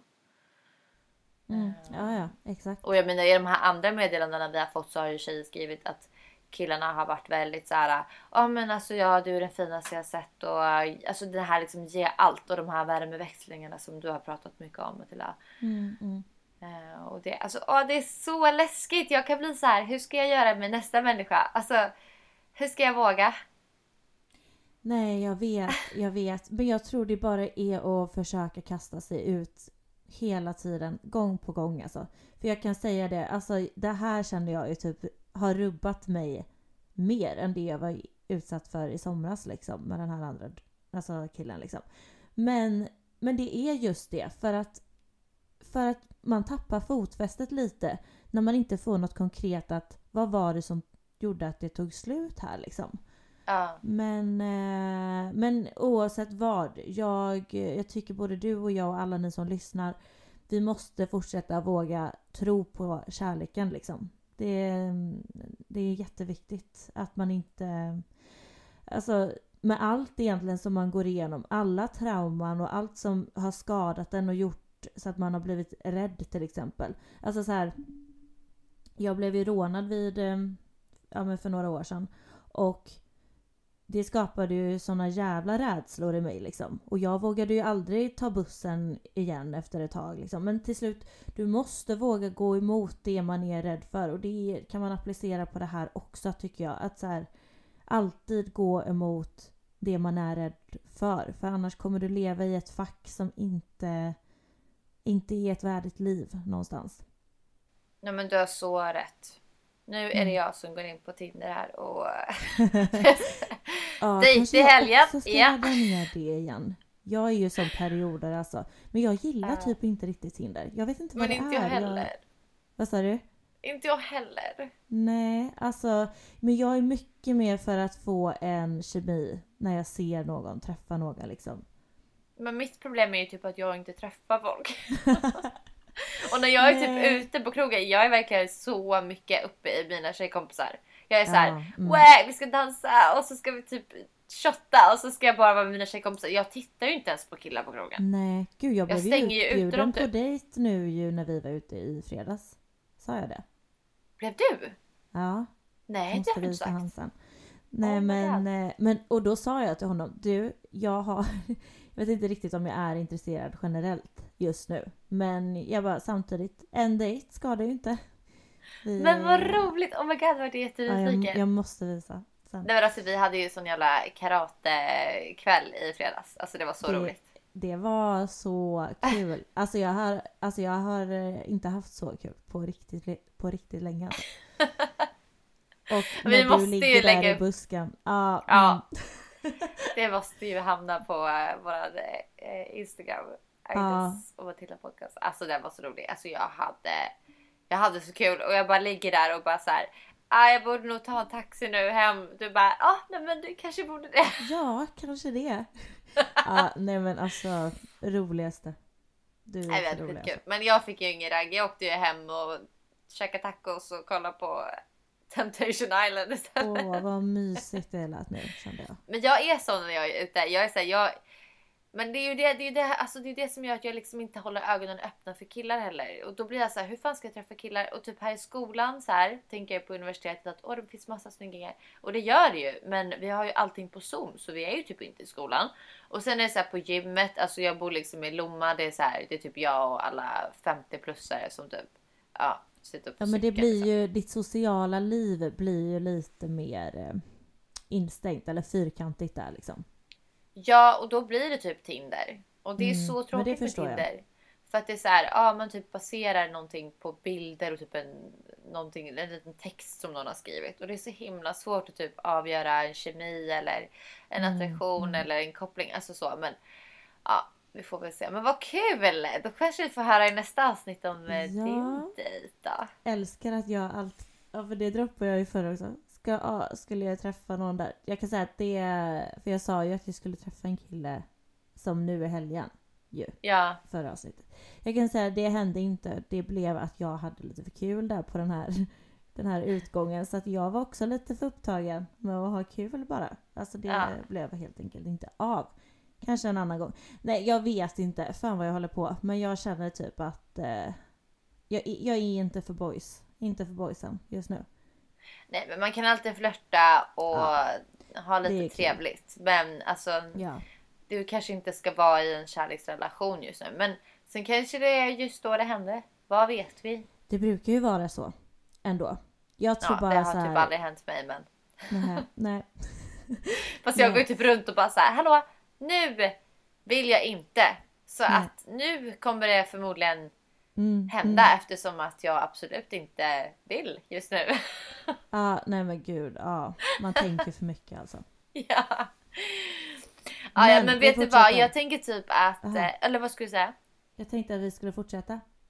Ja, exakt. Och jag menar, i de här andra meddelandena vi har fått så har ju tjejer skrivit att killarna har varit väldigt så här, men alltså du är den finaste jag sett, och alltså det här liksom ge allt, och de här värmeväxlingarna som du har pratat mycket om, Matilda. Och det, alltså, det är så läskigt. Jag kan bli så här, hur ska jag göra med nästa människa? Alltså, hur ska jag våga? Nej, jag vet. Men jag tror det bara är att försöka kasta sig ut hela tiden, gång på gång alltså. För jag kan säga det, alltså det här kände jag ju typ har rubbat mig mer än det jag var utsatt för i somras liksom, med den här andra, alltså killen liksom. Men det är just det, för att för att man tappar fotfästet lite när man inte får något konkret att vad var det som gjorde att det tog slut här liksom. Ja. Men oavsett vad, jag tycker både du och jag och alla ni som lyssnar, vi måste fortsätta våga tro på kärleken liksom. Det är jätteviktigt att man inte, alltså med allt egentligen som man går igenom, alla trauman och allt som har skadat en och gjort så att man har blivit rädd till exempel. Alltså så här, jag blev ju rånad för några år sedan och det skapade ju såna jävla rädslor i mig liksom. Och jag vågade ju aldrig ta bussen igen efter ett tag liksom. Men till slut, du måste våga gå emot det man är rädd för. Och det kan man applicera på det här också tycker jag. Att så här, alltid gå emot det man är rädd för. För annars kommer du leva i ett fack som inte är ett värdigt liv någonstans. Nej, men du har så rätt. Nu är det jag som går in på Tinder här och dejt i helgen. Så ska jag ladda ner det igen. Jag är ju som perioder alltså. Men jag gillar typ inte riktigt Tinder. Jag vet inte vad det är. Men inte jag heller. Vad sa du? Inte jag heller. Nej, alltså. Men jag är mycket mer för att få en kemi när jag ser någon, träffa någon liksom. Men mitt problem är ju typ att jag inte träffar folk. Och när jag är typ ute på krogen, jag är verkligen så mycket uppe i mina tjejkompisar. Jag är så här, vi ska dansa och så ska vi typ shotta och så ska jag bara vara med mina tjejkompisar. Jag tittar ju inte ens på killar på krogen. Nej, gud jag blev ju utbjuden på dejt nu ju när vi var ute i fredags. Sa jag det? Blev du? Ja. Nej, det har du inte sagt. Nej, men och då sa jag till honom, du, jag vet inte riktigt om jag är intresserad generellt just nu. Men jag bara samtidigt, en dejt ska det ju inte. Men vad roligt, oh my god, vad det är jättenyfiken. Ja, jag måste visa sen. Nej, men alltså, vi hade ju sån jävla karatekväll i fredags. Alltså det var så roligt. Det var så kul. Alltså jag har inte haft så kul på riktigt länge. Alltså. Och vi måste ligger ju lägga där i busken. Ja. Det måste ju hamna på våra Instagram. Och Matilda podcast. Alltså det var så roligt. Alltså jag hade så kul. Och jag bara ligger där och bara så här. Jag borde nog ta en taxi nu hem. Du bara, nej men du kanske borde det. Ja, kanske det. Nej men alltså, roligaste. Du är så rolig alltså. Men jag fick ju ingen ragg. Jag åkte ju hem och käkade tacos och kollade på Temptation Island istället. Vad mysigt det lät nu, kände jag. Men jag är sån när jag är ute. Jag är så här, men det är ju det som gör att jag liksom inte håller ögonen öppna för killar heller. Och då blir jag så här, hur fan ska jag träffa killar? Och typ här i skolan så här, tänker jag på universitetet att det finns massa snyggingar. Och det gör det ju, men vi har ju allting på Zoom, så vi är ju typ inte i skolan. Och sen är det så här på gymmet, alltså jag bor liksom i Lomma, det är så här, det är typ jag och alla 50-plussare som typ, sitter på men det cykeln, blir liksom. ju, ditt sociala liv blir ju lite mer instängt eller fyrkantigt där liksom. Ja, och då blir det typ Tinder. Och det är så tråkigt med Tinder. Jag. För att det är så här, man typ baserar någonting på bilder och typ en liten text som någon har skrivit. Och det är så himla svårt att typ avgöra en kemi eller en attraktion eller en koppling. Alltså så, men vi får väl se. Men vad kul! Då kanske vi får höra i nästa avsnitt om din dejt då. Älskar att jag för det droppade jag ju förra också. Skulle jag träffa någon där. Jag kan säga att för jag sa ju att jag skulle träffa en kille som nu är helgen ju. Ja. Förra avsnittet. Jag kan säga att det hände inte. Det blev att jag hade lite för kul där på den här utgången. Så att jag var också lite för upptagen med att ha kul bara. Alltså det blev helt enkelt inte av. Kanske en annan gång. Nej, jag vet inte. Fan vad jag håller på. Men jag känner typ att jag är inte för boys. Inte för boysen just nu. Nej, men man kan alltid flirta och ha lite trevligt. Men alltså, du kanske inte ska vara i en kärleksrelation just nu. Men sen kanske det är just då det händer. Vad vet vi? Det brukar ju vara så ändå. Jag tror bara det har så här... typ aldrig hänt mig, men... Nej. Fast jag går ju typ runt och bara så här, hallå, nu vill jag inte. Så att nu kommer det förmodligen hända eftersom att jag absolut inte vill just nu. Nej men gud, man tänker för mycket alltså. Men vet du vad, jag tänker typ att, eller vad skulle du säga? Jag tänkte att vi skulle fortsätta.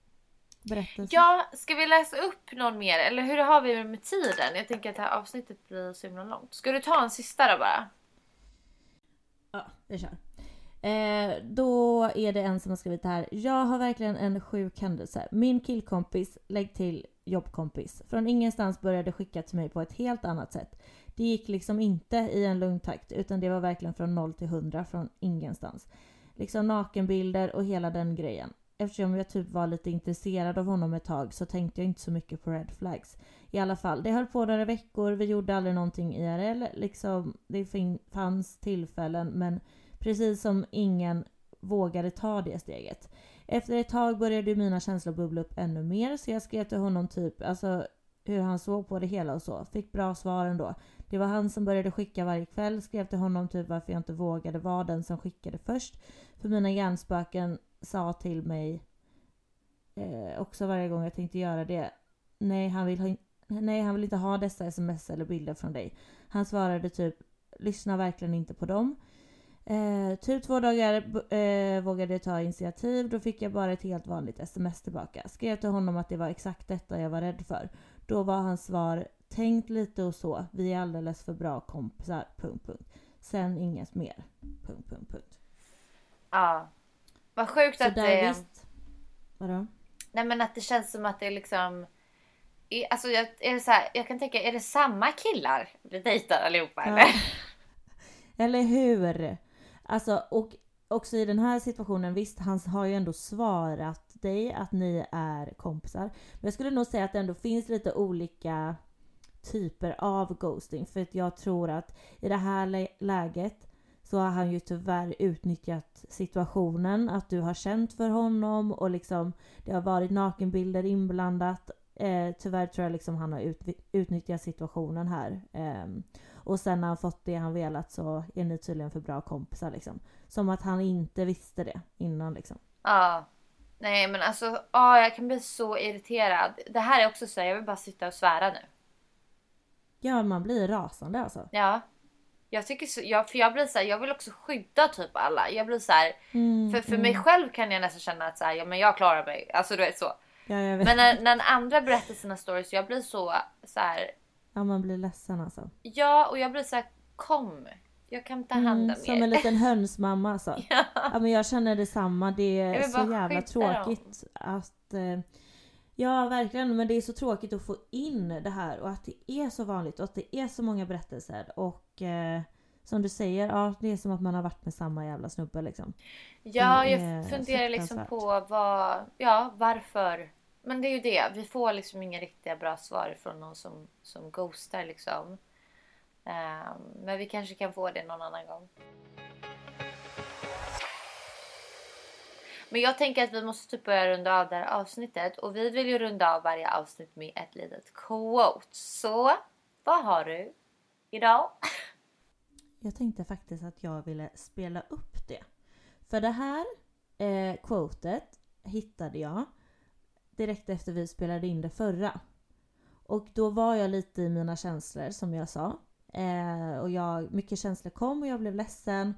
berättelse. Ja, ska vi läsa upp någon mer? Eller hur har vi med tiden? Jag tänker att det här avsnittet blir så himla långt. Ska du ta en sista då bara? Ja, vi kör. Då är det en som har skrivit här. Jag har verkligen en sjuk händelse. Min killkompis, lägg till jobbkompis, från ingenstans började skicka till mig på ett helt annat sätt. Det gick liksom inte i en lugn takt, utan det var verkligen från 0 till 100 från ingenstans. Liksom nakenbilder och hela den grejen. Eftersom jag typ var lite intresserad av honom ett tag så tänkte jag inte så mycket på red flags. I alla fall, det höll på några veckor, vi gjorde aldrig någonting IRL. Liksom, det fanns tillfällen, men precis som ingen vågade ta det steget. Efter ett tag började mina känslor bubbla upp ännu mer, så jag skrev till honom typ alltså hur han såg på det hela och så. Fick bra svar ändå. Det var han som började skicka varje kväll. Skrev till honom typ varför jag inte vågade vara den som skickade först. För mina hjärnspöken sa till mig också varje gång jag tänkte göra det. Nej, han vill inte ha dessa sms eller bilder från dig. Han svarade typ, lyssna verkligen inte på dem. Typ 2 dagar vågade jag ta initiativ. Då fick jag bara ett helt vanligt sms tillbaka. Skrev till honom att det var exakt detta jag var rädd för. Då var hans svar, tänk lite och så. Vi är alldeles för bra kompisar. ... Sen inget mer. ... Ja. Vad sjukt så att där det... visst. Vadå? Nej, men att det känns som att det är liksom... Alltså är det så här, jag kan tänka, är det samma killar vi dejtar allihopa eller? Ja. Eller hur? Alltså, och också i den här situationen, visst, han har ju ändå svarat dig att ni är kompisar. Men jag skulle nog säga att det ändå finns lite olika typer av ghosting. För att jag tror att i det här läget så har han ju tyvärr utnyttjat situationen. Att du har känt för honom och liksom det har varit nakenbilder inblandat. Tyvärr tror jag liksom han har utnyttjat situationen här. Och sen när han fått det han velat så är ni tydligen för bra kompisar liksom. Som att han inte visste det innan liksom. Ja. Nej, men alltså jag kan bli så irriterad. Det här är också så här, jag vill bara sitta och svära nu. Ja, man blir rasande alltså. Ja. Jag tycker så, för jag blir så här, jag vill också skydda typ alla. Jag blir så här, för mig själv kan jag nästan känna att så här, ja men jag klarar mig. Alltså du vet så. Ja, jag vet. Men när andra berättar sina stories, jag blir så här. Ja, man blir ledsen alltså. Ja, och jag blir så här, kom. Jag kan ta hand om er. Som en liten hönsmamma alltså. Ja, men jag känner detsamma. Det är så jävla tråkigt att... Ja, verkligen. Men det är så tråkigt att få in det här. Och att det är så vanligt. Och att det är så många berättelser. Och som du säger, ja, det är som att man har varit med samma jävla snubbe liksom. Ja, jag funderar liksom på varför. Men det är ju det. Vi får liksom inga riktiga bra svar från någon som ghostar liksom. Men vi kanske kan få det någon annan gång. Men jag tänker att vi måste typ börja runda av det här avsnittet. Och vi vill ju runda av varje avsnitt med ett litet quote. Så, vad har du idag? Jag tänkte faktiskt att jag ville spela upp det. För det här quotet hittade jag direkt efter vi spelade in det förra. Och då var jag lite i mina känslor som jag sa. Och mycket känslor kom och jag blev ledsen.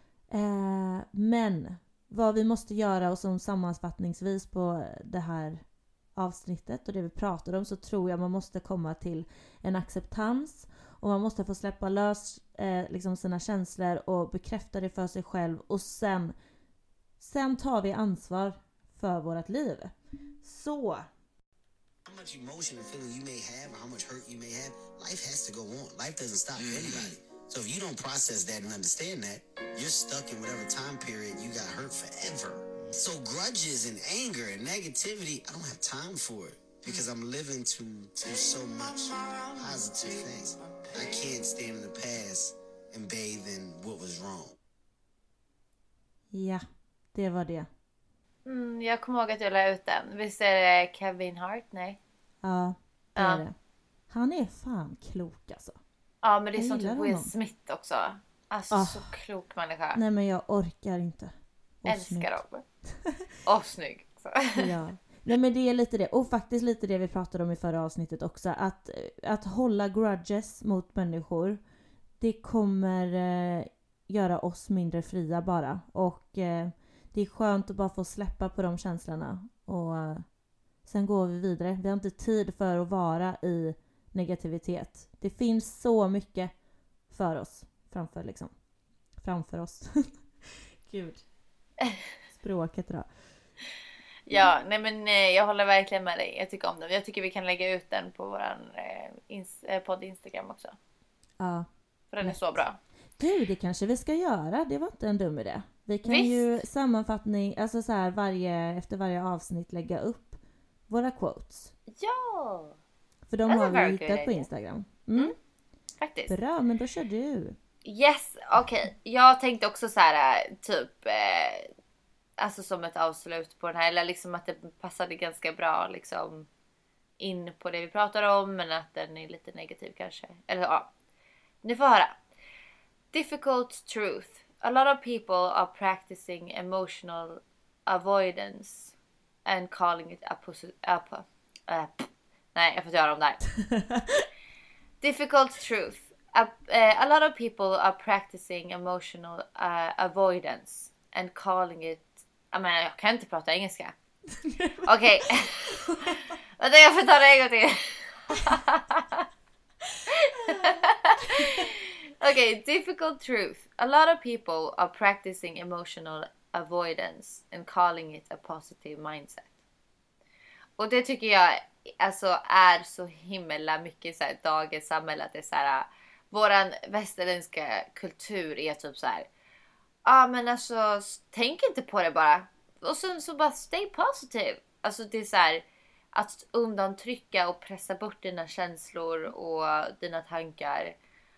Men vad vi måste göra och som sammanfattningsvis på det här avsnittet och det vi pratade om, så tror jag man måste komma till en acceptans och man måste få släppa lös liksom sina känslor och bekräfta det för sig själv, och sen tar vi ansvar för vårt liv. Så how much emotion and feeling you may have or how much hurt you may have, life has to go on. Life doesn't stop for anybody. So if you don't process that and understand that, you're stuck in whatever time period you got hurt forever. So grudges and anger and negativity, I don't have time for it because I'm living to so much positive things. I can't stand in the past and bathe in what was wrong. ja, det var det. Jag kommer ihåg att jag la ut den. Visst är det Kevin Hart? Nej. Ja, det är det. Han är fan klok alltså. Ja, men det är Jag som gillar typ Will honom. Smith också. Alltså så klok människa. Nej, men jag orkar inte. Älskar dem. Och snygg. Så. Ja. Nej, men det är lite det. Och faktiskt lite det vi pratade om i förra avsnittet också. Att hålla grudges mot människor, det kommer göra oss mindre fria bara. Och det är skönt att bara få släppa på de känslorna och Sen går vi vidare. Vi har inte tid för att vara i negativitet. Det finns så mycket för oss. Framför oss. Gud. Språket idag. Ja, nej men jag håller verkligen med dig. Jag tycker om den. Jag tycker vi kan lägga ut den på våran podd Instagram också. Ja. För den är så bra. Du, det kanske vi ska göra. Det var inte en dum idé. Vi kan ju sammanfattning, alltså så här efter varje avsnitt lägga upp våra quotes. Ja! För de har vi hittat på Instagram. Faktiskt. Bra, men då kör du. Yes, okej. Jag tänkte också så här typ alltså som ett avslut på den här, eller liksom att det passade ganska bra liksom in på det vi pratar om, men att den är lite negativ kanske. Eller ja. Ni får höra. Difficult truth. A lot of people are practicing emotional avoidance and calling it nej, jag får göra om det här. Difficult truth. A lot of people are practicing emotional avoidance and calling it... jag kan inte prata engelska. Okej. Vänta, jag får ta det en gång till. Okay, difficult truth. A lot of people are practicing emotional avoidance and calling it a positive mindset. Och det tycker jag alltså är så himla mycket så här, dagens samhälle, att det är så här, våran västerländska kultur är typ så här, men alltså tänk inte på det bara. Och sen så bara stay positive. Alltså det är så här, att undantrycka och pressa bort dina känslor och dina tankar.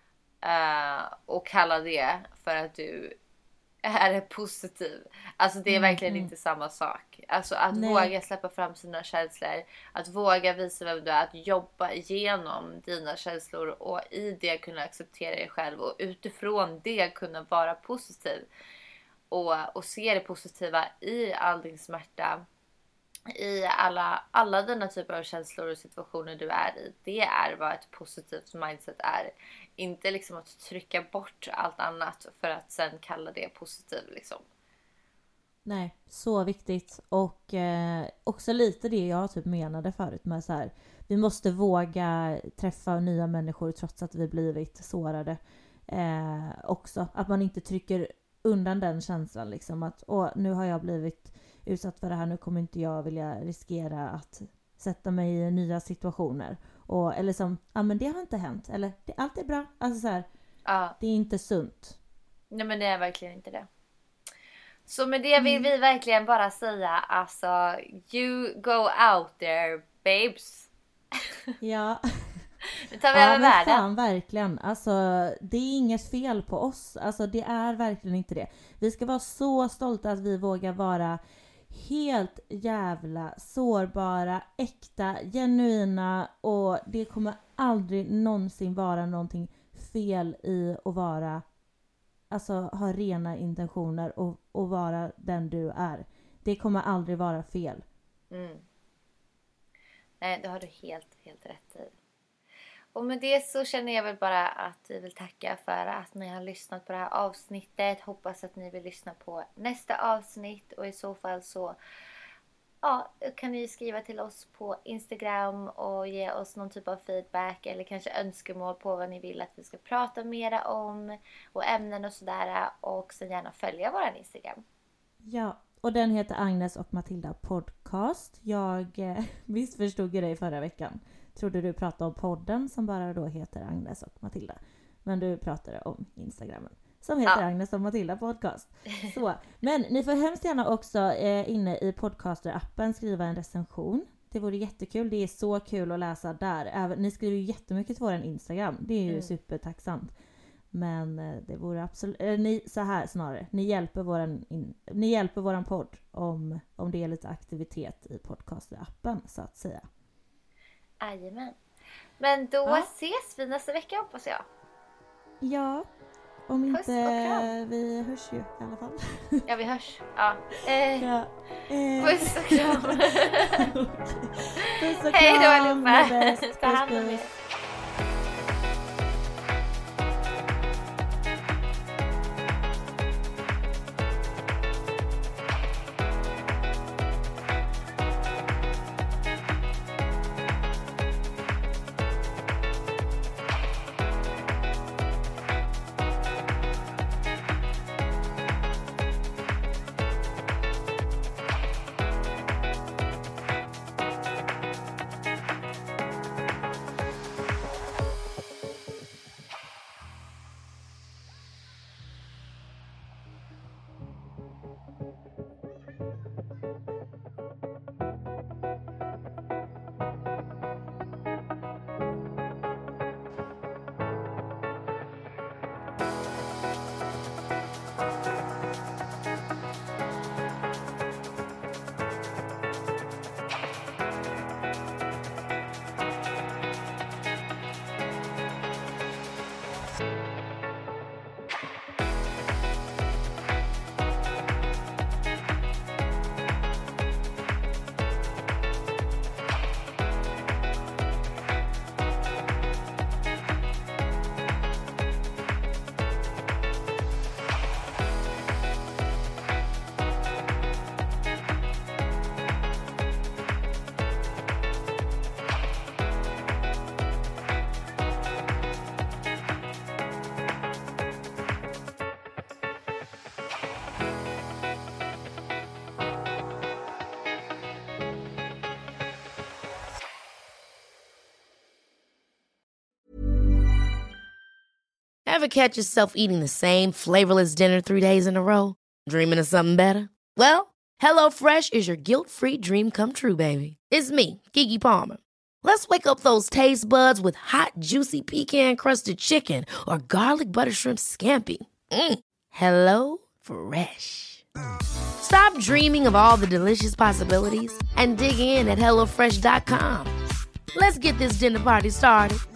Och kalla det för att du är positiv. Alltså det är verkligen inte samma sak. Alltså att våga släppa fram sina känslor, att våga visa vem du är, att jobba igenom dina känslor och i det kunna acceptera dig själv och utifrån det kunna vara positiv och se det positiva i all din smärta, i alla dina typer av känslor och situationer du är i. Det är vad ett positivt mindset är. Inte liksom att trycka bort allt annat för att sen kalla det positivt liksom. Nej, så viktigt. Och också lite det jag typ menade förut med så här, vi måste våga träffa nya människor trots att vi blivit sårade. Också att man inte trycker undan den känslan liksom, att nu har jag blivit utsatt för det här, nu kommer inte jag vilja riskera att sätta mig i nya situationer. Eller som, men det har inte hänt. Eller, allt är bra. Alltså så här, det är inte sunt. Nej, men det är verkligen inte det. Så med det vill vi verkligen bara säga, alltså, you go out there, babes. Ja. Nu tar vi över världen. Fan, verkligen. Alltså, det är inget fel på oss. Alltså, det är verkligen inte det. Vi ska vara så stolta att vi vågar vara helt jävla sårbara, äkta, genuina, och det kommer aldrig någonsin vara någonting fel i att vara, alltså ha rena intentioner och vara den du är. Det kommer aldrig vara fel. Nej, det har du helt rätt i. Och med det så känner jag väl bara att vi vill tacka för att ni har lyssnat på det här avsnittet. Hoppas att ni vill lyssna på nästa avsnitt. Och i så fall så kan ni skriva till oss på Instagram och ge oss någon typ av feedback. Eller kanske önskemål på vad ni vill att vi ska prata mera om. Och ämnen och sådär. Och sen gärna följa våran Instagram. Ja, och den heter Agnes och Matilda Podcast. Jag missförstod dig förra veckan. Trodde du pratade om podden som bara då heter Agnes och Matilda. Men du pratade om Instagramen som heter Agnes och Matilda Podcast. Så, men ni får hemskt gärna också inne i Podcaster-appen skriva en recension. Det vore jättekul. Det är så kul att läsa där. Ni skriver ju jättemycket till vår Instagram. Det är ju supertacksamt. Men det vore absolut... så här snarare. Ni hjälper våran podd om det är lite aktivitet i Podcaster-appen så att säga. Jajamän. Men då ses vi nästa vecka, hoppas jag. Ja, om inte vi hörs ju i alla fall. Ja, vi hörs. Ja. Puss och kram. Puss och kram. Hej då allihopa. Ta hand om er. Ever catch yourself eating the same flavorless dinner 3 days in a row? Dreaming of something better? Well, HelloFresh is your guilt-free dream come true, baby. It's me, Keke Palmer. Let's wake up those taste buds with hot, juicy pecan-crusted chicken or garlic butter shrimp scampi. Hello Fresh. Stop dreaming of all the delicious possibilities and dig in at HelloFresh.com. Let's get this dinner party started.